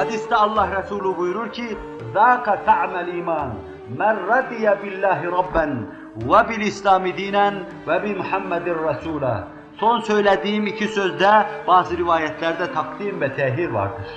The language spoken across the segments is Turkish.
Hadiste Allah Resulü buyurur ki, ذَاكَ تَعْمَ الْا۪يمَانِ مَنْ رَدِيَ بِاللّٰهِ رَبًّا وَبِالْاِسْلَامِ دِينًا وَبِمُحَمَّدٍ رَسُولًا. Son söylediğim iki sözde bazı rivayetlerde takdim ve tehir vardır.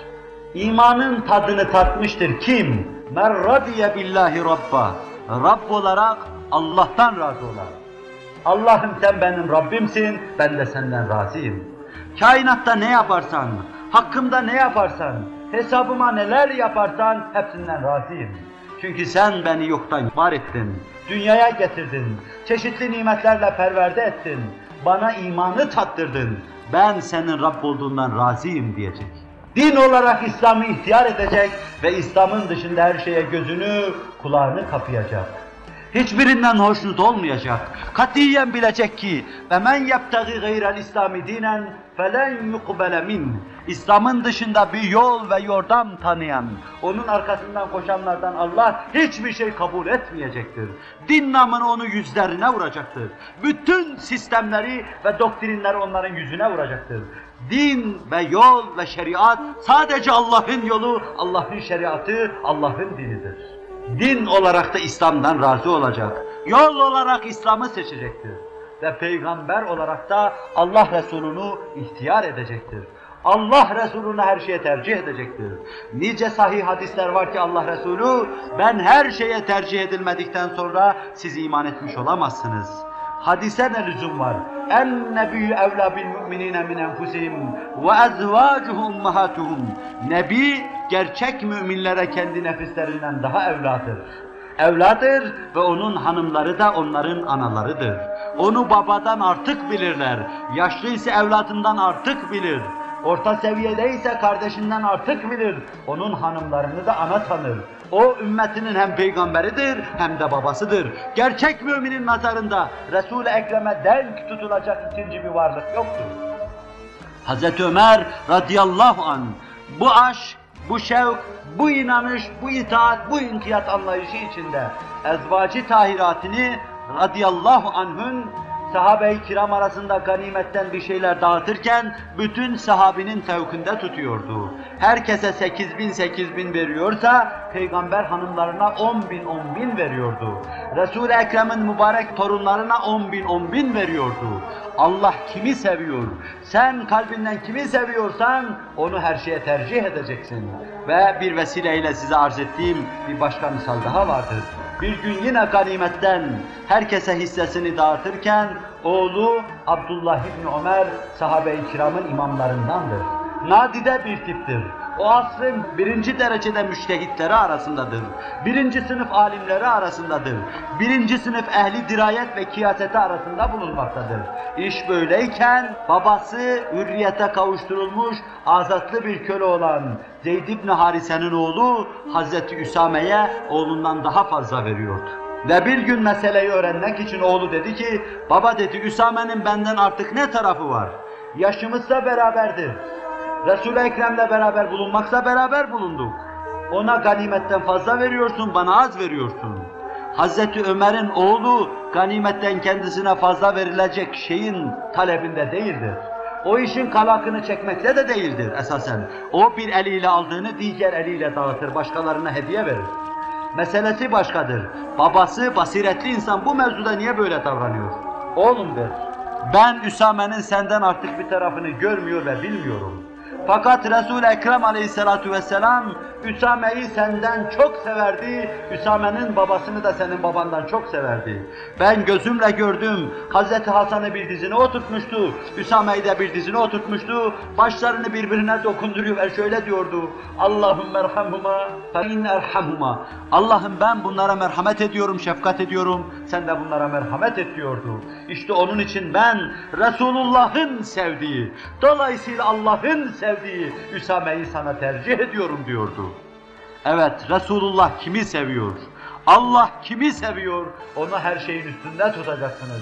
İmanın tadını tatmıştır kim? مَنْ رَدِيَ بِاللّٰهِ رَبًّا. Rabb olarak Allah'tan razı olan. Allah'ım sen benim Rabbimsin, ben de senden razıyım. Kainatta ne yaparsan, hakkımda ne yaparsan, hesabıma neler yaparsan hepsinden razıyım. Çünkü sen beni yoktan var ettin, dünyaya getirdin, çeşitli nimetlerle perverde ettin, bana imanı tattırdın, ben senin Rabb olduğundan razıyım diyecek. Din olarak İslam'ı ihtiyar edecek ve İslam'ın dışında her şeye gözünü, kulağını kapayacak. Hiçbirinden hoşnut olmayacak. Katiyen bilecek ki وَمَنْ يَبْتَغِ غَيْرَ الْاِسْلَامِ دِينًا فَلَنْ يُقْبَلَ مِنْهِ. İslam'ın dışında bir yol ve yordam tanıyan, onun arkasından koşanlardan Allah hiçbir şey kabul etmeyecektir. Din namını onu yüzlerine vuracaktır. Bütün sistemleri ve doktrinler onların yüzüne vuracaktır. Din ve yol ve şeriat sadece Allah'ın yolu, Allah'ın şeriatı, Allah'ın dinidir. Din olarak da İslam'dan razı olacak. Yol olarak İslam'ı seçecektir. Ve peygamber olarak da Allah Resulü'nü ihtiyar edecektir. Allah Resulü'nü her şeye tercih edecektir. Nice sahih hadisler var ki Allah Resulü, ben her şeye tercih edilmedikten sonra siz iman etmiş olamazsınız. Hadise ne lüzum var? En-nebiyyü evlâ bil-mü'minîne min enfusihim ve ezvâcuhu ummahâtuhum. Nebi, gerçek müminlere kendi nefislerinden daha evladır. Evladır ve onun hanımları da onların analarıdır. Onu babadan artık bilirler. Yaşlı ise evladından artık bilir. Orta seviyede ise kardeşinden artık bilir. Onun hanımlarını da ana tanır. O ümmetinin hem peygamberidir hem de babasıdır. Gerçek müminin nazarında Resul-i Ekrem'e denk tutulacak ikinci bir varlık yoktur. Hazreti Ömer radıyallahu anh bu aşk, bu şevk, bu inanış, bu itaat, bu inkiyat anlayışı içinde ezvacı tahiratını radıyallahu anh'ın sahabe-i kiram arasında ganimetten bir şeyler dağıtırken bütün sahabinin fevkinde tutuyordu. Herkese 8.000 veriyorsa peygamber hanımlarına 10.000 veriyordu. Resul-i Ekrem'in mübarek torunlarına 10.000 veriyordu. Allah kimi seviyor? Sen kalbinden kimi seviyorsan onu her şeye tercih edeceksin. Ve bir vesileyle size arz ettiğim bir başka misal daha vardır. Bir gün yine ganimetten herkese hissesini dağıtırken oğlu Abdullah İbni Ömer sahabe-i kiramın imamlarındandır. Nadide bir tiptir. O asrın birinci derecede müştehitleri arasındadır. Birinci sınıf alimleri arasındadır. Birinci sınıf ehli dirayet ve kıyaseti arasında bulunmaktadır. İş böyleyken babası hürriyete kavuşturulmuş azatlı bir köle olan Zeyd İbni Harise'nin oğlu Hazreti Üsame'ye oğlundan daha fazla veriyordu. Ve bir gün meseleyi öğrenmek için oğlu dedi ki, baba dedi Üsame'nin benden artık ne tarafı var? Yaşımızla beraberdir. Resul-i Ekrem'le beraber bulunmaksa beraber bulunduk. Ona ganimetten fazla veriyorsun, bana az veriyorsun. Hazreti Ömer'in oğlu ganimetten kendisine fazla verilecek şeyin talebinde değildir. O işin kalakını çekmekte de değildir esasen. O bir eliyle aldığını diğer eliyle dağıtır, başkalarına hediye verir. Meselesi başkadır. Babası basiretli insan bu mevzuda niye böyle davranıyor? Oğlum der, ben Üsame'nin senden artık bir tarafını görmüyor ve bilmiyorum. Fakat Resul-i Ekrem aleyhissalatu vesselam Üsame'yi senden çok severdi, Üsame'nin babasını da senin babandan çok severdi. Ben gözümle gördüm, Hazreti Hasan'ı bir dizine oturtmuştu, Üsame'yi de bir dizine oturtmuştu, başlarını birbirine dokunduruyor ve şöyle diyordu, Allahümme erhamhuma fe in erhamhuma. Allah'ım ben bunlara merhamet ediyorum, şefkat ediyorum, sen de bunlara merhamet et diyordu. İşte onun için ben Resulullah'ın sevdiği, dolayısıyla Allah'ın sevdiği Üsame'yi sana tercih ediyorum diyordu. Evet, Resulullah kimi seviyor? Allah kimi seviyor? Onu her şeyin üstünde tutacaksınız.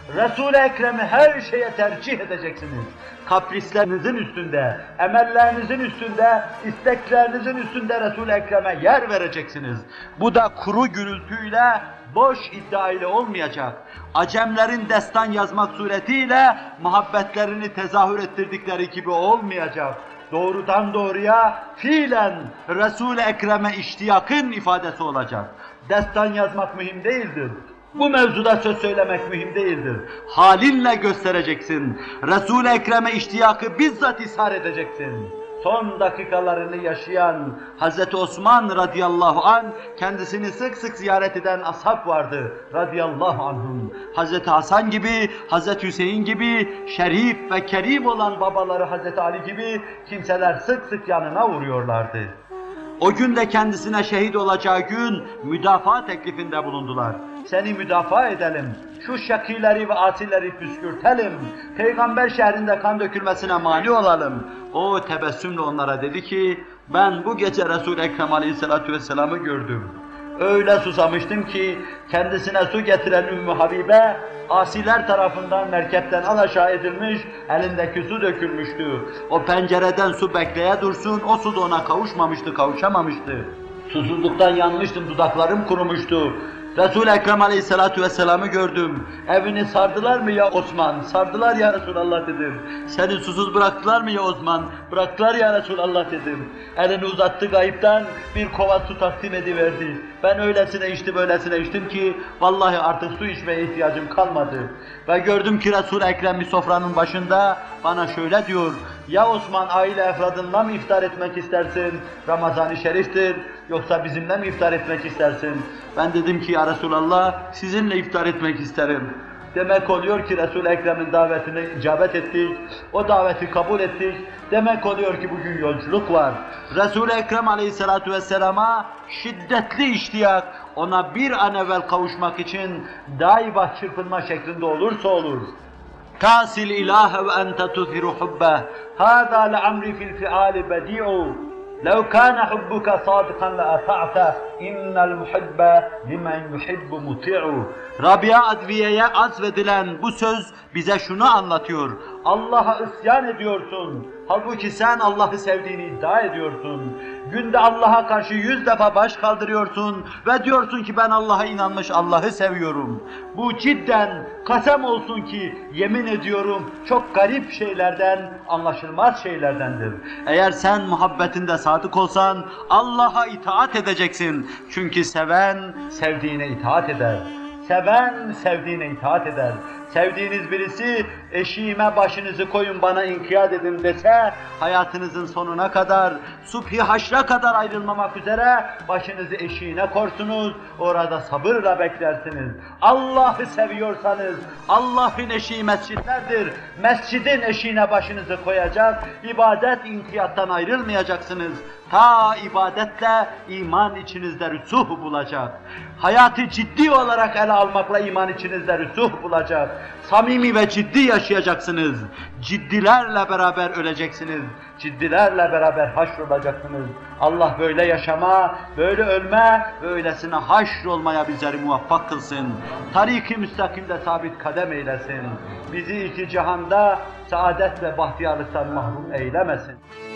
Resul-i Ekrem'i her şeye tercih edeceksiniz. Kaprislerinizin üstünde, emellerinizin üstünde, isteklerinizin üstünde Resul-i Ekrem'e yer vereceksiniz. Bu da kuru gürültüyle, boş iddia ile olmayacak. Acemlerin destan yazmak suretiyle muhabbetlerini tezahür ettirdikleri gibi olmayacak. Doğrudan doğruya fiilen Resul-i Ekrem'e iştiyakın ifadesi olacak. Destan yazmak mühim değildir. Bu mevzuda söz söylemek mühim değildir. Halinle göstereceksin. Resul-i Ekrem'e iştiyakı bizzat ishar edeceksin. Son dakikalarını yaşayan Hz. Osman radıyallahu anh, kendisini sık sık ziyaret eden ashab vardı radıyallahu anhum. Hz. Hasan gibi, Hz. Hüseyin gibi, şerif ve kerim olan babaları Hz. Ali gibi kimseler sık sık yanına uğruyorlardı. O gün de kendisine şehit olacağı gün müdafaa teklifinde bulundular. Seni müdafaa edelim, şu şakileri ve asilleri püskürtelim, Peygamber şehrinde kan dökülmesine mani olalım. O tebessümle onlara dedi ki, ben bu gece Resul-i Ekrem Aleyhisselatü Vesselam'ı gördüm. Öyle susamıştım ki kendisine su getiren Ümmü Habibe, asiler tarafından merkepten alaşağı edilmiş, elindeki su dökülmüştü. O pencereden su bekleye dursun, o su da ona kavuşmamıştı, kavuşamamıştı. Susuzluktan yanmıştım, dudaklarım kurumuştu. Resul-i Ekrem Aleyhisselatü Vesselam'ı gördüm. Evini sardılar mı ya Osman? Sardılar ya Resulallah dedim. Seni susuz bıraktılar mı ya Osman? Bıraktılar ya Resulallah dedim. Elini uzattı gayipten, bir kova su takdim ediverdi. Ben öylesine içtim ki vallahi artık su içmeye ihtiyacım kalmadı. Ve gördüm ki Resul-i Ekrem bir sofranın başında bana şöyle diyor: ya Osman, aile efradınla mı iftar etmek istersin? Ramazan-ı Şerif'tir. Yoksa bizimle mi iftar etmek istersin? Ben dedim ki ya Resulallah, sizinle iftar etmek isterim. Demek oluyor ki Resul-i Ekrem'in davetine icabet ettik, o daveti kabul ettik. Demek oluyor ki bugün yolculuk var. Resul-i Ekrem Aleyhisselatü Vesselam'a şiddetli iştiyak, ona bir an evvel kavuşmak için daima çırpınma şeklinde olursa olur. Kasil ilahe ve ente tuzhiru hubbe, hâzâ le'amri fil fi'âli bedi'u. لو كان حبك صادقا لأطعته إن المحب لمن يحب مطيع. Rabia Adviye'ye azvedilen bu söz bize şunu anlatıyor: Allah'a isyan ediyorsun, halbuki sen Allah'ı sevdiğini iddia ediyorsun. Günde Allah'a karşı 100 defa baş kaldırıyorsun ve diyorsun ki ben Allah'a inanmış, Allah'ı seviyorum. Bu cidden kasem olsun ki yemin ediyorum çok garip şeylerden, anlaşılmaz şeylerdendir. Eğer sen muhabbetinde sadık olsan Allah'a itaat edeceksin. Çünkü seven sevdiğine itaat eder. Seven sevdiğine itaat eder. Sevdiğiniz birisi eşiğime başınızı koyun bana inkiyat edin dese, hayatınızın sonuna kadar, subhi haşra kadar ayrılmamak üzere başınızı eşiğine korsunuz, orada sabırla beklersiniz. Allah'ı seviyorsanız, Allah'ın eşiği mescitlerdir. Mescidin eşiğine başınızı koyacak, ibadet inkiyattan ayrılmayacaksınız. Ta ibadetle iman içinizde rüsuh bulacak. Hayatı ciddi olarak ele almakla iman içinizde rüsuh bulacak. Samimi ve ciddi yaşayacaksınız. Ciddilerle beraber öleceksiniz. Ciddilerle beraber haşrolacaksınız. Allah böyle yaşama, böyle ölme ve öylesine haşrolmaya bizleri muvaffak kılsın. Tarik-i müstakimde sabit kadem eylesin. Bizi iki cihanda saadet ve bahtiyarlıktan mahrum eylemesin.